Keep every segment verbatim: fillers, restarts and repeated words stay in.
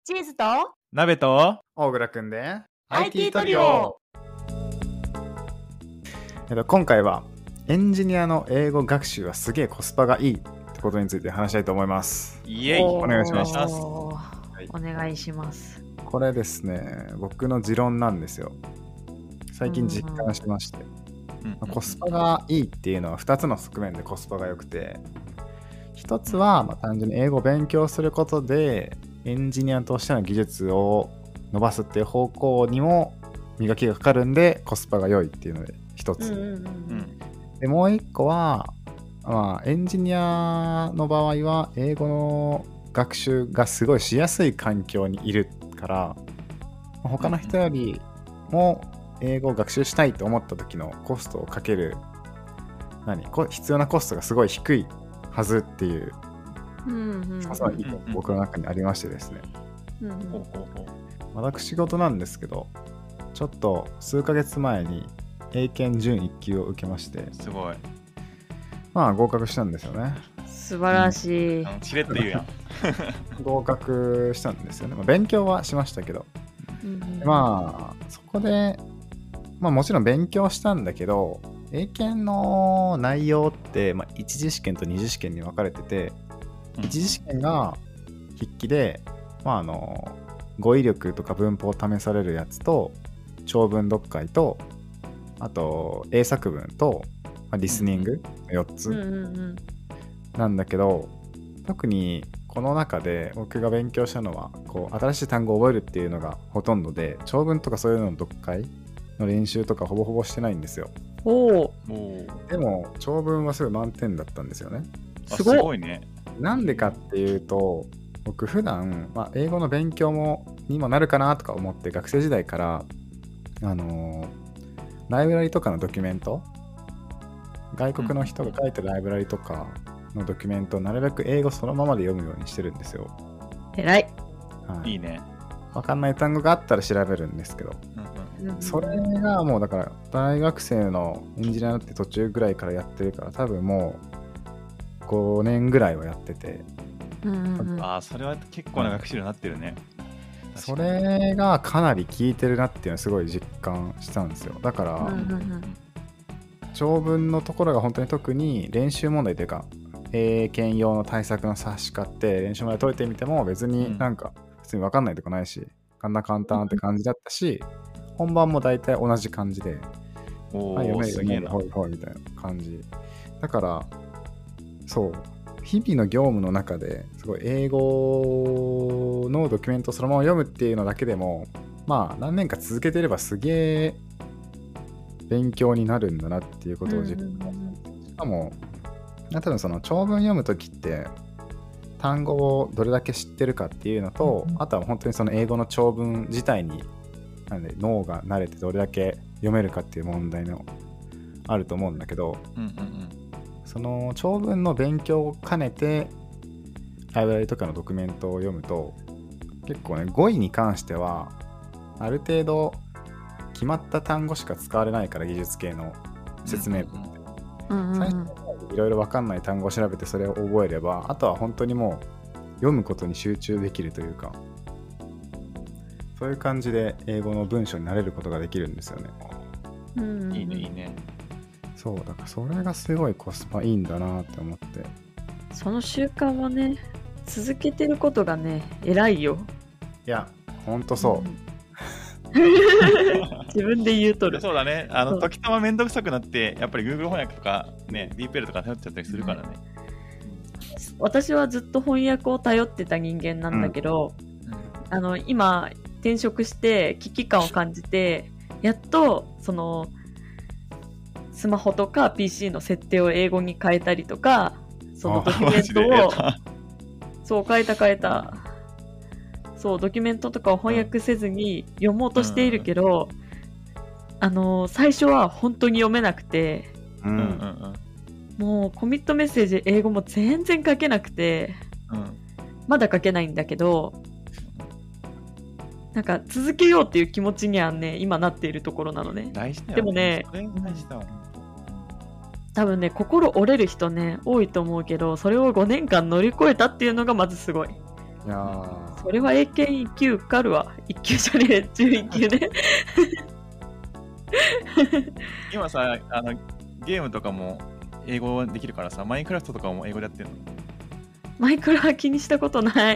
チーズと鍋と大倉くんでアイティー トリオ。 えっと、今回はエンジニアの英語学習はすげえコスパがいいってことについて話したいと思います。 イエイ。 お願いします。 お願いします。 これですね、僕の持論なんですよ。最近実感しまして、うん、コスパがいいっていうのはふたつの側面でコスパが良くて、ひとつはまあ単純に英語を勉強することでエンジニアとしての技術を伸ばすっていう方向にも磨きがかかるんでコスパが良いっていうのでひとつ、うんうんうん、でもういっこは、まあ、エンジニアの場合は英語の学習がすごいしやすい環境にいるから他の人よりも英語を学習したいと思った時のコストをかける何必要なコストがすごい低いはずっていう、うんうん、そういう意見が僕の中にありましてですね、うんうん、私事なんですけどちょっと数ヶ月前に英検準いっ級を受けまして、 すごいまあ合格したんですよね。 素晴らしい、 うん、チレって言うやん合格したんですよね、まあ、勉強はしましたけど、うんうん、まあそこでまあもちろん勉強したんだけど英検の内容って、まあ、一次試験と二次試験に分かれてて、うん、一次試験が筆記で、まあ、あの語彙力とか文法を試されるやつと長文読解とあと英作文と、まあ、リスニングのよっつなんだけど、特にこの中で僕が勉強したのはこう新しい単語を覚えるっていうのがほとんどで、長文とかそういうのの読解の練習とかほぼほぼしてないんですよ。 おでも長文はすごい満点だったんですよね。 すごい、すごいね。 なんでかっていうと僕普段、まあ、英語の勉強もにもなるかなとか思って学生時代からあのー、ライブラリとかのドキュメント、外国の人が書いたライブラリとかのドキュメントをなるべく英語そのままで読むようにしてるんですよ。 えらい、 はい、 いいね。 分かんない単語があったら調べるんですけど、うんうん、それがもうだから大学生のエンジニアになって途中ぐらいからやってるから多分もうごねんぐらいはやってて、 うんうん、 ああそれは結構な学習量になってるね。 それがかなり効いてるなっていうのはすごい実感したんですよ。だから、うんうんうん、長文のところが本当に特に練習問題というか英検用の対策の差し替って練習まで解いてみても別になんか普通に分かんないとこないし、こんな簡単って感じだったし、本番も大体同じ感じで、 おはい、読める読めるほいほいみたいな感じだから、そう日々の業務の中ですごい英語のドキュメントをそのまま読むっていうのだけでもまあ何年か続けてればすげえ勉強になるんだなっていうことを実感して、うんうん、しかも多分その長文読むときって単語をどれだけ知ってるかっていうのと、うんうん、あとは本当にその英語の長文自体になんで脳が慣れてどれだけ読めるかっていう問題のあると思うんだけど、うんうんうん、その長文の勉強を兼ねてライブラリとかのドキュメントを読むと結構ね語彙に関してはある程度決まった単語しか使われないから、技術系の説明文って、うんうんうん、最初にいろいろ分かんない単語を調べてそれを覚えればあとは本当にもう読むことに集中できるというか、そういう感じで英語の文章に慣れることができるんですよね。 うん、いいねいいね。 そうだからそれがすごいコスパいいんだなって思って、 その習慣はね続けてることがね偉いよ。 いやほんとそう、うん自分で言うとる。 そうだね。あの時たまめんどくさくなってやっぱり Google 翻訳とかね ディーピーエル とか頼っちゃったりするからね、 うん、私はずっと翻訳を頼ってた人間なんだけど、うんうん、あの今転職して危機感を感じてやっとそのスマホとか ピーシー の設定を英語に変えたりとか、そのドキュメントをそう変えた変えたそうドキュメントとかを翻訳せずに読もうとしているけど、うん、あの最初は本当に読めなくて、うんうんうん、もうコミットメッセージ英語も全然書けなくて、うん、まだ書けないんだけど、なんか続けようっていう気持ちにはね今なっているところなのね。 大事だよね。 でもね、 それ大事だわ。 多分ね心折れる人ね多いと思うけど、それをごねんかん乗り越えたっていうのがまずすごい。 いやそれは英検いっ級受かるわ。いっ級じゃねえ、じゅういっ級ね。 今さ、あのゲームとかも英語できるからさ、マインクラフトとかも英語でやってるの？ マイクラは気にしたことない。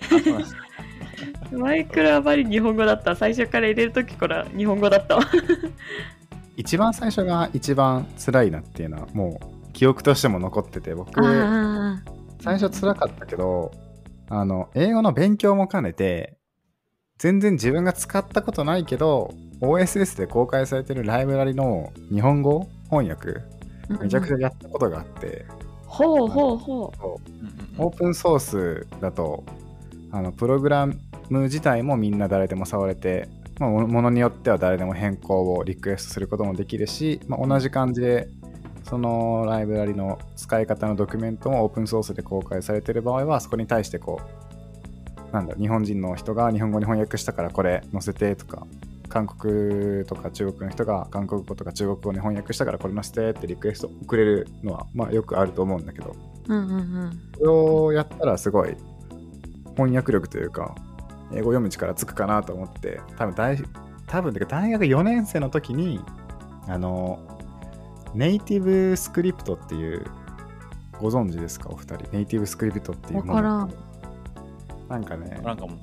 マイクラはあまり日本語だった。最初から入れるときから日本語だったわ。 一番最初が一番辛いなっていうのはもう記憶としても残ってて、僕最初辛かったけど、あの英語の勉強も兼ねて全然自分が使ったことないけど オーエスエス で公開されてるライブラリの日本語翻訳めちゃくちゃやったことがあって、 ほうほうほう。 オープンソースだとあのプログラム自体もみんな誰でも触れて、まあ、ものによっては誰でも変更をリクエストすることもできるし、まあ、同じ感じでそのライブラリの使い方のドキュメントもオープンソースで公開されている場合はそこに対してこうなんだ日本人の人が日本語に翻訳したからこれ載せてとか、韓国とか中国の人が韓国語とか中国語に翻訳したからこれ載せてってリクエスト送れるのはまあよくあると思うんだけど、 うんうんうん、 それをやったらすごい翻訳力というか英語読む力つくかなと思って、多分大多分だけど大学よねん生の時にあのネイティブスクリプトっていうご存知ですかお二人？ネイティブスクリプトっていうもの。 わからん。 なんかね、 なんかも、うん、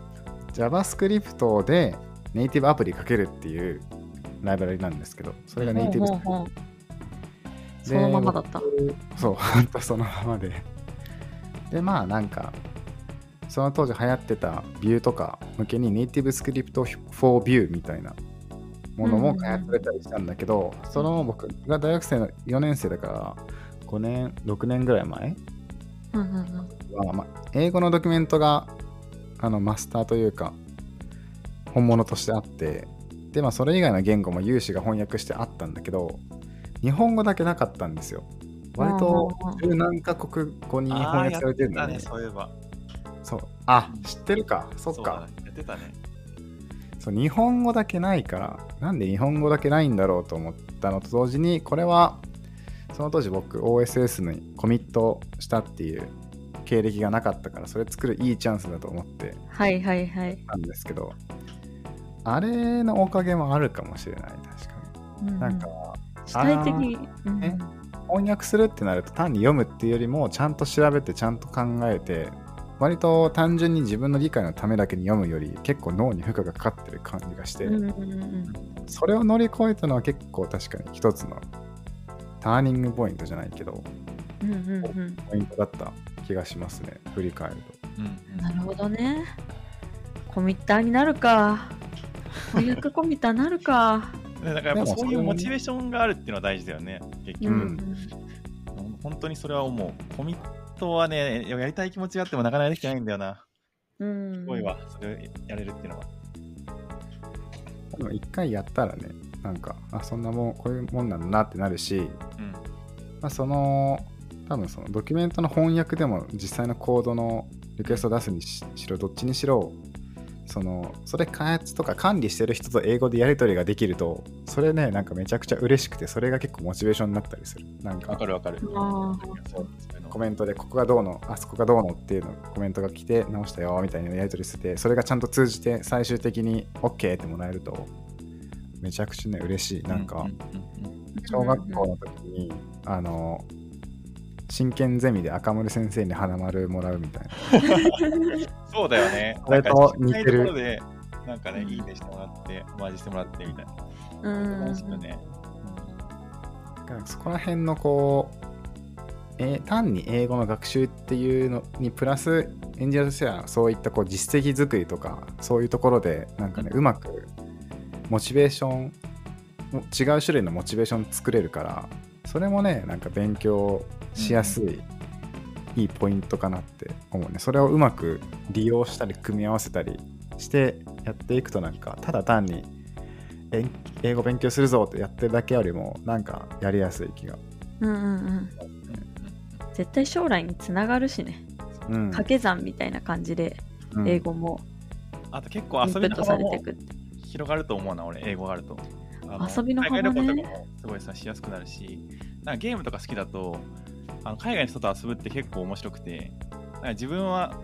JavaScript でネイティブアプリかけるっていうライブラリなんですけど、それがネイティブスクリプト。 ほうほうほう。そのままだった。 そう、ほんとそのままで。で、まあなんか、その当時流行ってたビューとか向けにネイティブスクリプト for Vue みたいなものも開発されたりしたんだけど、うんうん、その僕が大学生のよねん生だからごねん、ろくねんぐらい前、 うんうんうんはまあ、英語のドキュメントがあのマスターというか本物としてあって、で、まあ、それ以外の言語も有志が翻訳してあったんだけど、日本語だけなかったんですよ。割と十何カ国語に翻訳されてるんだね。 そういえば。 そう。あ、知ってるか。そっか。 やってたね。 そう、日本語だけないから、なんで日本語だけないんだろうと思ったのと同時に、これはその当時僕 オーエスエス にコミットしたっていう経歴がなかったから、それ作るいいチャンスだと思ってはいはいはいなんですけど、あれのおかげもあるかもしれない。確かに、うん、なんか主体的に、うん、 翻訳するってなると単に読むっていうよりもちゃんと調べてちゃんと考えて、割と単純に自分の理解のためだけに読むより結構脳に負荷がかかってる感じがして、うんうんうん、それを乗り越えたのは結構確かに一つのターニングポイントじゃないけど、うんうんうん、ポイントだった気がしますね、振り返ると、 うんうん、なるほどね。コミッターになるか、翻訳コミッターになるかだからやっぱそういうモチベーションがあるっていうのは大事だよね、結局、うん、本当にそれは思う。コミットはね、やりたい気持ちがあってもなかなかできてないんだよな。うん、すごいわ、それをやれるっていうのは。 でも一回やったらね、なんか、あ、そんなもん、こういうもんなんだなってなるし、うん、まあ、その、多分そのドキュメントの翻訳でも実際のコードのリクエストを出すに し, しろ、どっちにしろ、そのそれ開発とか管理してる人と英語でやり取りができると、それね、なんかめちゃくちゃ嬉しくて、それが結構モチベーションになったりする。なんかわかるわかる。 そうコメントでここがどうの、あそこがどうのっていうのコメントが来て直したよみたいなやり取りしてて、それがちゃんと通じて最終的に OK ってもらえるとめちゃくちゃね嬉しい。なんか、うんうんうん、小学校の時にあの真剣ゼミで赤丸先生に花丸もらうみたいなそうだよね。 それと似てる。 でなんかね、いいねしてもらってオマージュしてもらってみたいな。うん。楽しくね。 だからそこら辺のこう、えー、単に英語の学習っていうのにプラスエンジニアとしてはそういったこう実績作りとかそういうところでなんかね、うん、うまくモチベーション違う種類のモチベーション作れるから、それもねなんか勉強しやすい、うん、いいポイントかなって思うね。それをうまく利用したり組み合わせたりしてやっていくと、なんかただ単に英語勉強するぞってやってるだけよりもなんかやりやすい気が、 うんうんうん、絶対将来につながるしね、うん、掛け算みたいな感じで英語も、 うん、あと結構遊びの幅も広がると思うな、俺英語があると。 遊びの幅ね、 海外旅行とかもすごいさしやすくなるし、なんかゲームとか好きだとあの海外の人と遊ぶって結構面白くて、なんか自分は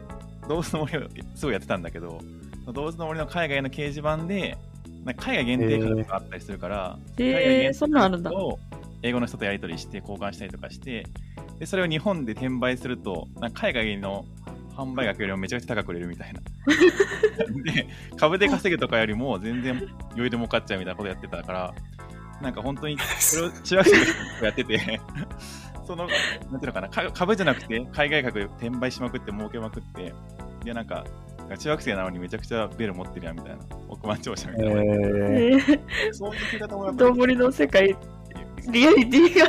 動物の森をすごいやってたんだけど、動物の森の海外の掲示板でなんか海外限定価格があったりするから、 えー、 海外限定そんなんあるんだ。 を英語の人とやり取りして交換したりとかして、でそれを日本で転売するとなんか海外の販売額よりもめちゃくちゃ高く売れるみたいなで株で稼ぐとかよりも全然余裕で儲かっちゃうみたいなことやってたから、なんか本当にそれを中学生の時やっててそのなんていうのかな、株じゃなくて海外株で転売しまくって儲けまくって、でなんか中学生なのにめちゃくちゃベル持ってるやんみたいな、億万長者みたいな、えー、 そういう方もやっぱりどんぶりの世界リアリティが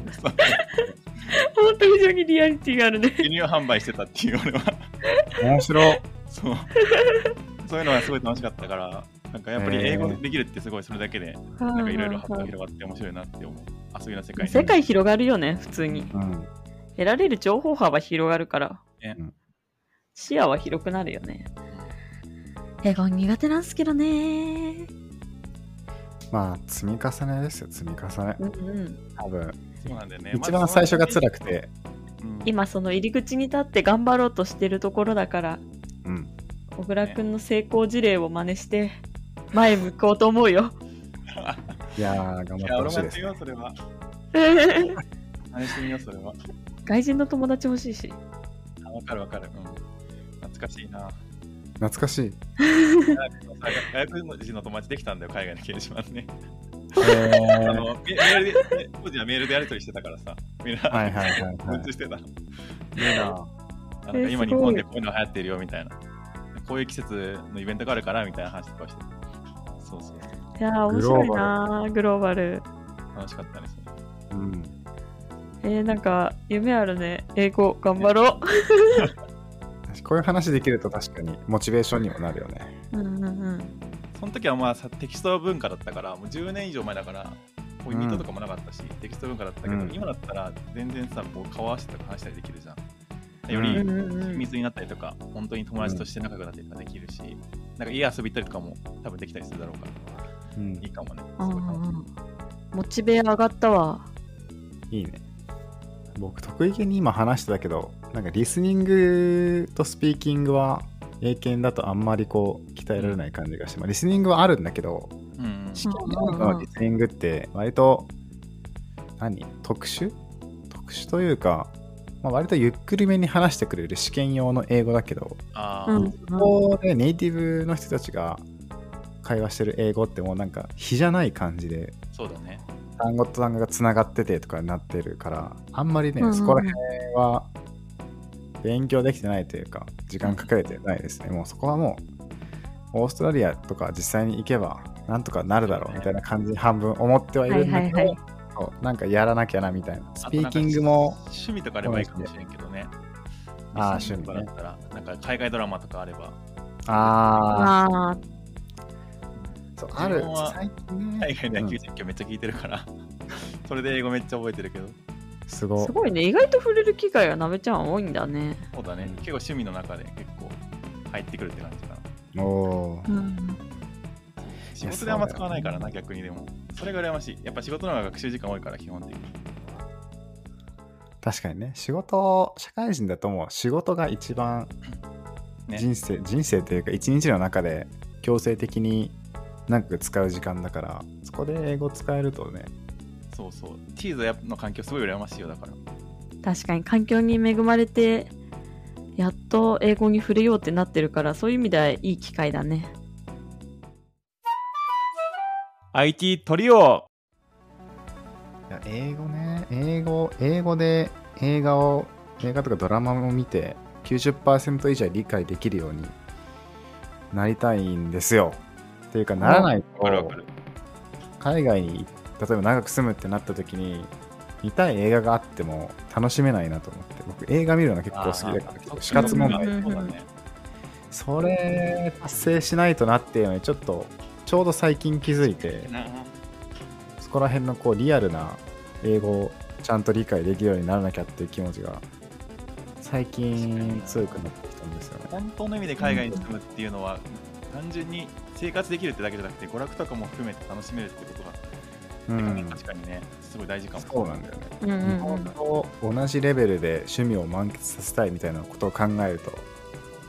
本当に非常にリアリティがあるね。 輸入販売してたっていう俺は面白い。 そうそういうのがすごい楽しかったから、なんかやっぱり英語できるってすごいそれだけでなんかいろいろ発想が広がって面白いなって思う。遊びの世界に世界広がるよね普通に、うん、得られる情報幅広がるから、ね、視野は広くなるよね。英語苦手なんすけどね。 まあ積み重ねですよ、積み重ね、うんうん、多分そうなんだよね、 一番最初が辛くて、 うん、今その入り口に立って頑張ろうとしてるところだから、うん、小倉くんの成功事例を真似して前向こうと思うよいやー頑張ってほしいです、ね、 いや俺もやってみようそれは真似してみようそれは。 外人の友達欲しいし。 あ、わかるわかる、うん、懐かしいな。 懐かしい外国人の友達できたんだよ、海外の掲示板ね。えー、あのメールで当時はメールでやり取りしてたからさ、みんなはいはいはい、はい、 共通してた。いいな。なんか今日本でこういうの流行ってるよみたいな、こういう季節のイベントがあるからみたいな話とかしてた。そうそう。 いやー面白いなー、グローバル。 楽しかったねそれ。 うん。 えー、なんか夢あるね。英語頑張ろう。 こういう話できると確かにモチベーションにもなるよね。 うんうんうん。 その時はまあさテキスト文化だったから、もうじゅうねん以上前だから、こういうミートとかもなかったし、うん、テキスト文化だったけど、うん、今だったら全然さ、こう顔合わせてとか話したりできるじゃん。より親密になったりとか、本当に友達として仲良くなったりとかできるし、うん、なんか家遊び行ったりとかも多分できたりするだろうから、うん、いいかもね。すごい楽しい。 モチベ上がったわ。 いいね。僕得意げに今話してたけど、なんかリスニングとスピーキングは英検だとあんまりこう鍛えられない感じがして、まあ、リスニングはあるんだけど、うん、試験のリスニングって割と何特殊特殊というか、まあ、割とゆっくりめに話してくれる試験用の英語だけど、 あここでネイティブの人たちが会話してる英語ってもうなんか比じゃない感じで、 そうだね、 単語と単語がつながっててとかになってるから、あんまりね、うんうん、そこら辺は勉強できてないというか時間かけれてないですね。もうそこはもうオーストラリアとか実際に行けばなんとかなるだろうみたいな感じに半分思ってはいるんだけど、はいはいはい、そうなんかやらなきゃなみたいな。スピーキングも趣味とかあればいいかもしれんけどね。 ああ趣味ね。 なんか海外ドラマとかあれば。 ああ。そうある。 最近ね。海外の野球実況めっちゃ聞いてるから、うん、それで英語めっちゃ覚えてるけど。 すごい。 すごいね。意外と触れる機会がなべちゃん多いんだね。 そうだね。結構趣味の中で結構入ってくるって感じかな。 おー。うん、 仕事であんま使わないからな、逆にでも。それが羨ましい。やっぱ仕事の方が学習時間多いから、基本的に。 確かにね。仕事、社会人だともう仕事が一番人生、ね、人生というか一日の中で強制的に長く使う時間だから、そこで英語使えるとね。 そうそう。チーズの環境すごい羨ましいよ、だから。 確かに環境に恵まれて、やっと英語に触れようってなってるから、そういう意味ではいい機会だね。 アイティー トリオ。 いや英語ね、英語、英語で映画を、映画とかドラマを見て きゅうじゅっパーセント 以上理解できるようになりたいんですよ。っていうかならないと、海外に例えば長く住むってなった時に見たい映画があっても楽しめないなと思って、僕映画見るのが結構好きだから、死活問題、うんうん、それ達成しないとなっていうのにちょっとちょうど最近気づいて、そこら辺のこうリアルな英語をちゃんと理解できるようにならなきゃっていう気持ちが最近強くなってきたんですよね。 本当の意味で海外に住むっていうのは、うん、単純に生活できるってだけじゃなくて娯楽とかも含めて楽しめるってことが、うん、確かにねすごい大事かも。 そうなんだよね、うんうんうん、日本と同じレベルで趣味を満喫させたいみたいなことを考えると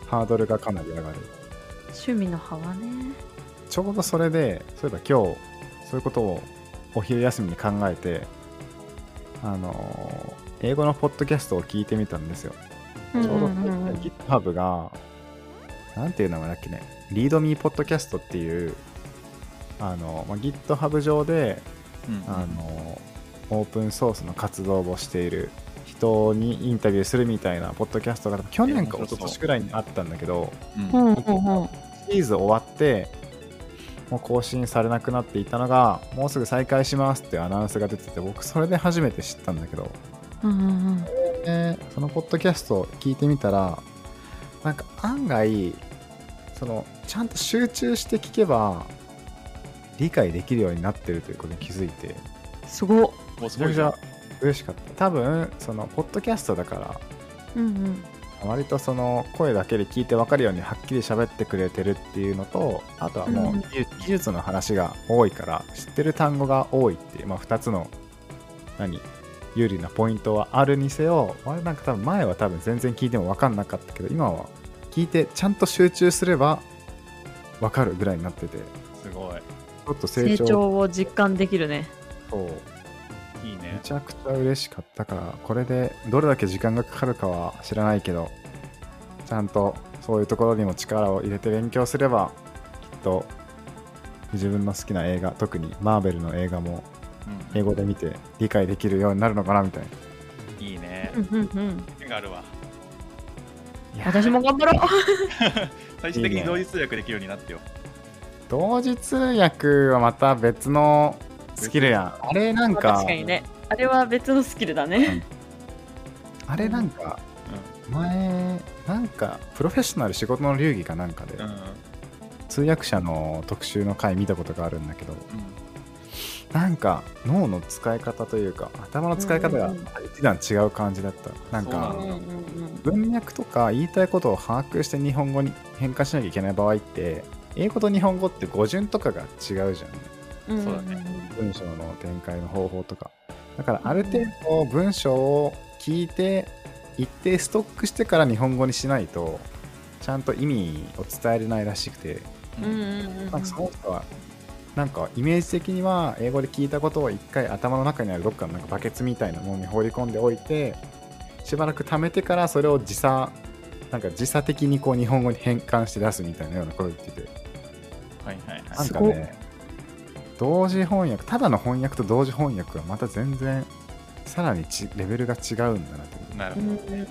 ハードルがかなり上がる。 趣味の幅ね。 ちょうどそれで、そういえば今日そういうことをお昼休みに考えて、あの英語のポッドキャストを聞いてみたんですよ。ちょうど GitHub がなんていう名前だっけね、リードミーポッドキャストっていうあの、まあ、GitHub 上で、うん、あのオープンソースの活動をしている人にインタビューするみたいなポッドキャストが去年か一昨年くらいにあったんだけど、うんうん、シリーズ終わってもう更新されなくなっていたのがもうすぐ再開しますっていうアナウンスが出てて、僕それで初めて知ったんだけど、うんうんうん、でそのポッドキャストを聞いてみたら、なんか案外そのちゃんと集中して聞けば理解できるようになってるということに気づいて、 すごっ、 めちゃくちゃ嬉しかった。多分そのポッドキャストだから、うんうん、割とその声だけで聞いて分かるようにはっきり喋ってくれてるっていうのと、あとはもう技術の話が多いから知ってる単語が多いっていう、まあ、ふたつの何有利なポイントはあるにせよ、俺なんか多分前は多分全然聞いても分かんなかったけど、今は聞いてちゃんと集中すれば分かるぐらいになってて、 すごいちょっと成長、 成長を実感できるね。 そういいね。 めちゃくちゃ嬉しかったから、これでどれだけ時間がかかるかは知らないけど、ちゃんとそういうところにも力を入れて勉強すれば、きっと自分の好きな映画、特にマーベルの映画も英語で見て理解できるようになるのかなみたいな。 いいね。手があるわ。 私も頑張ろう。 最終的に同時通訳できるようになってよ。 同時通訳はまた別のスキルやん。あれなんか、 確かにね、あれは別のスキルだね。 あれなんか、うん、前なんかプロフェッショナル仕事の流儀かなんかで、うん、通訳者の特集の回見たことがあるんだけど、うん、なんか脳の使い方というか頭の使い方が一段違う感じだった。なんか文脈とか言いたいことを把握して日本語に変換しなきゃいけない場合って、英語と日本語って語順とかが違うじゃんね。 そうだね。 文章の展開の方法とか。だからある程度文章を聞いて一定ストックしてから日本語にしないとちゃんと意味を伝えれないらしくて、なんかその人はなんかイメージ的には英語で聞いたことを一回頭の中にあるどっかのなんかバケツみたいなものに放り込んでおいて、しばらく貯めてからそれを時差なんか時差的にこう日本語に変換して出すみたいなようなことを言ってて、 はいはいはい、 なんかね、同時翻訳、ただの翻訳と同時翻訳はまた全然さらにちレベルが違うんだなと。 なるほどね。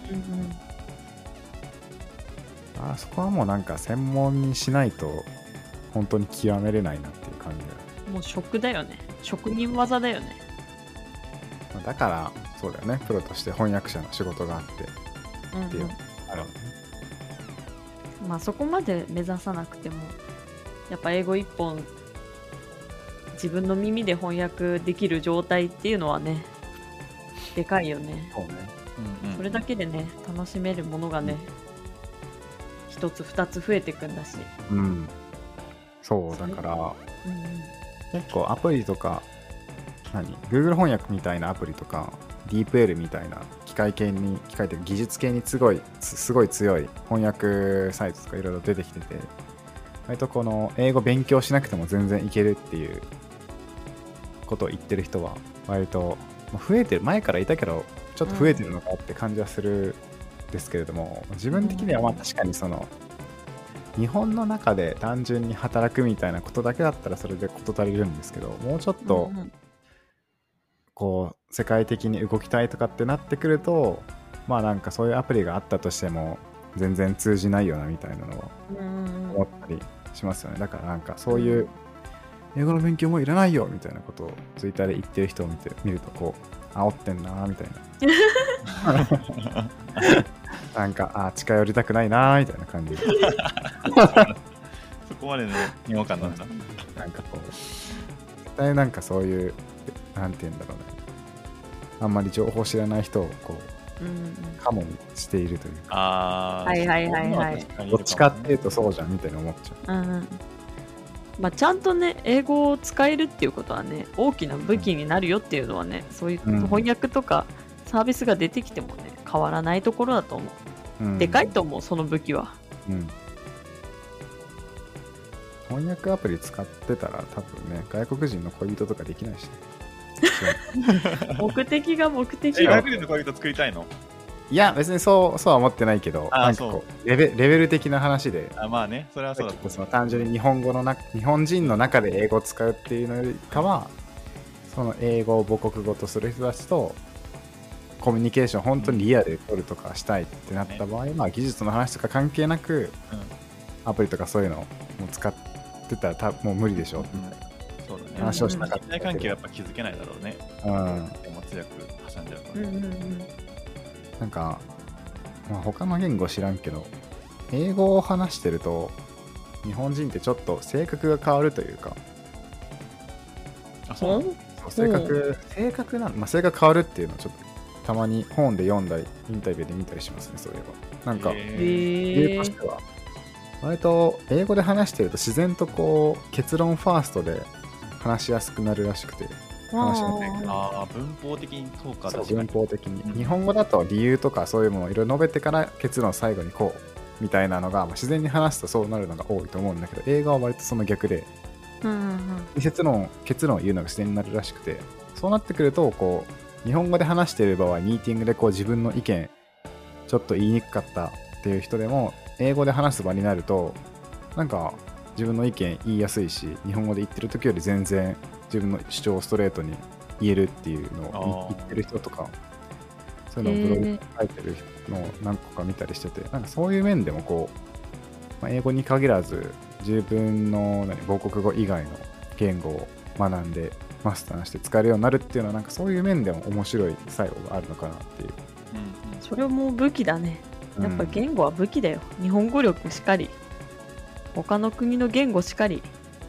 あそこはもうなんか専門にしないと本当に極めれないなっていう感じだ。もう職だよね。職人技だよね。 だからそうだよね。プロとして翻訳者の仕事があってっていう、うんうん、ある、 まあそこまで目指さなくてもやっぱ英語一本自分の耳で翻訳できる状態っていうのはね、でかいよね。 そうね、 うんうん、それだけでね楽しめるものがね、一、うん、つ二つ増えていくんだし、 うん、そうだから、うんうん、結構アプリとか何 Google 翻訳みたいなアプリとか ディープエル みたいな機械系に機械というか技術系にすごいすごい強い翻訳サイトとかいろいろ出てきてて、割とこの英語勉強しなくても全然いけるっていうことを言ってる人は割と増えてる、前からいたけどちょっと増えてるのかって感じはするんですけれども、うん、自分的にはまあ確かにその日本の中で単純に働くみたいなことだけだったらそれで事足りるんですけど、もうちょっとこう世界的に動きたいとかってなってくると、まあなんかそういうアプリがあったとしても全然通じないよなみたいなのは思ったりしますよね。だからなんかそういう英語の勉強もいらないよみたいなことをツイッターで言ってる人を見て見るとこう煽ってんなみたいななんかあ近寄りたくないなみたいな感じでそこまでの違和感なんだ。 なんかこう絶対なんかそういうなんて言うんだろうね、あんまり情報知らない人をこう、うん、カモにしているというか、 あはいはいはいはい、 どっちかっていうとそうじゃんみたいに思っちゃう、うん、 まあ、ちゃんとね英語を使えるっていうことはね大きな武器になるよっていうのはね、そういう翻訳とかサービスが出てきてもね変わらないところだと思う、うん、でかいと思うその武器は。 うん。翻訳アプリ使ってたら多分ね、外国人の恋人とかできないしね。 目的が目的え、 が。 外国人の恋人作りたいの？ いや、別にそうそうは思ってないけど、 あなんかこうレベ、レベル的な話で、 あ、まあね、それはそうだと思う。 その単純に日本語のな日本人の中で英語を使うっていうのよりかは、その英語を母国語とする人たちとコミュニケーション本当にリアルで取るとかしたいってなった場合、まあ技術の話とか関係なく、うん、アプリとかそういうのを使ってたらたもう無理でしょ、うん、みたいな。 そうだね。 話をしなかった。 信頼関係はやっぱ築けないだろうね。うん。でも通訳挟んじゃうとね。うんうんうん、 なんか、まあ、他の言語知らんけど、英語を話してると日本人ってちょっと性格が変わるというか。 あ、そうなの？ 性格、性格なん、まあ、性格変わるっていうのをちょっとたまに本で読んだりインタビューで見たりしますね、そういえば。なんか、理由としては割と英語で話してると自然とこう結論ファーストで話しやすくなるらしくて、話の展開。 ああ、文法的にそうか。 そう、文法的に、うん、日本語だと理由とかそういうものをいろいろ述べてから結論最後にこうみたいなのが、まあ、自然に話すとそうなるのが多いと思うんだけど、英語は割とその逆で、うんうんうん、結論結論を言うのが自然になるらしくて、そうなってくるとこう日本語で話している場合、ミーティングでこう自分の意見ちょっと言いにくかったっていう人でも英語で話す場になるとなんか自分の意見言いやすいし、日本語で言ってる時より全然自分の主張をストレートに言えるっていうのを言ってる人とか、そういうのをブログに書いてるのを何個か見たりしてて、なんかそういう面でもこう、まあ、英語に限らず自分の何母国語以外の言語を学んでマスターして使えるようになるっていうのは、なんかそういう面でも面白い作用があるのかなっていう、 うん、それも武器だね。やっぱ言語は武器だよ、うん、日本語力しかり他の国の言語しかり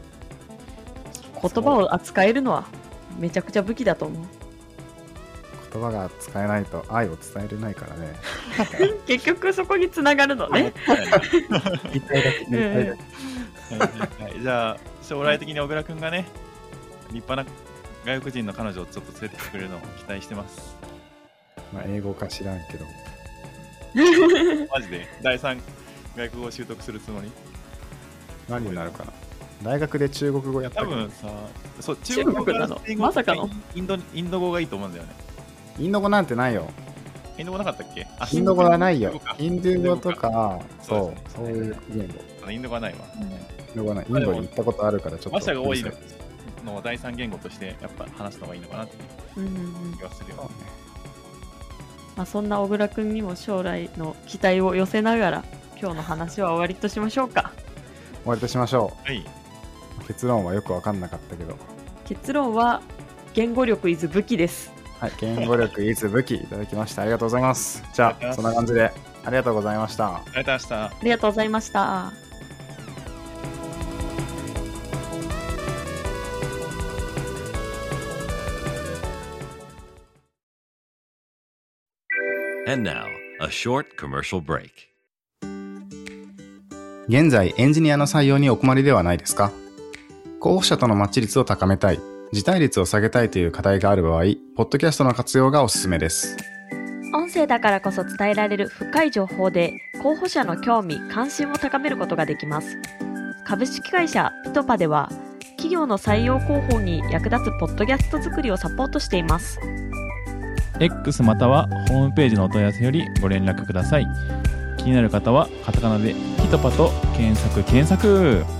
言葉を扱えるのはめちゃくちゃ武器だと思う。 言葉が使えないと愛を伝えれないからね結局そこにつながるのね一体だけ一体だけじゃあ将来的に小倉くんがね立派な外国人の彼女をちょっと連れてきてくれるのを期待してます。 まあ英語か知らんけどマジでだいさん外国語を習得するつもり？ 何になるかな。大学で中国語やった多分さ、そう中国語なのまさかのインドインド語がいいと思うんだよね。 インド語なんてないよ。 インド語なかったっけ？ インド語はないよ。インド語とかそう、そういう言語。 インド語はないわ。 インド語はない。インドに行ったことあるからちょっと。 話者が多いのをだいさん言語としてやっぱ話すのがいいのかなって気がするよね。 まあ、そんな小倉くんにも将来の期待を寄せながら今日の話は終わりとしましょうか。 終わりとしましょう。はい。 結論はよく分かんなかったけど。 結論は言語力 is 武器です。 はい、言語力 is 武器いただきました。ありがとうございます。じゃあそんな感じでありがとうございました。 ありがとうございました。 ありがとうございました。 And now, a short commercial break. 現在エンジニアの採用にお困りではないですか？候補者とのマッチ率を高めたい、辞退率を下げたいという課題がある場合、ポッドキャストの活用がおすすめです。 音声だからこそ伝えられる深い情報で候補者の興味・関心を高めることができます。株式会社ピトパでは企業の採用広報に役立つポッドキャスト作りをサポートしています。 X またはホームページのお問い合わせよりご連絡ください。気になる方はカタカナでピトパと検索検索。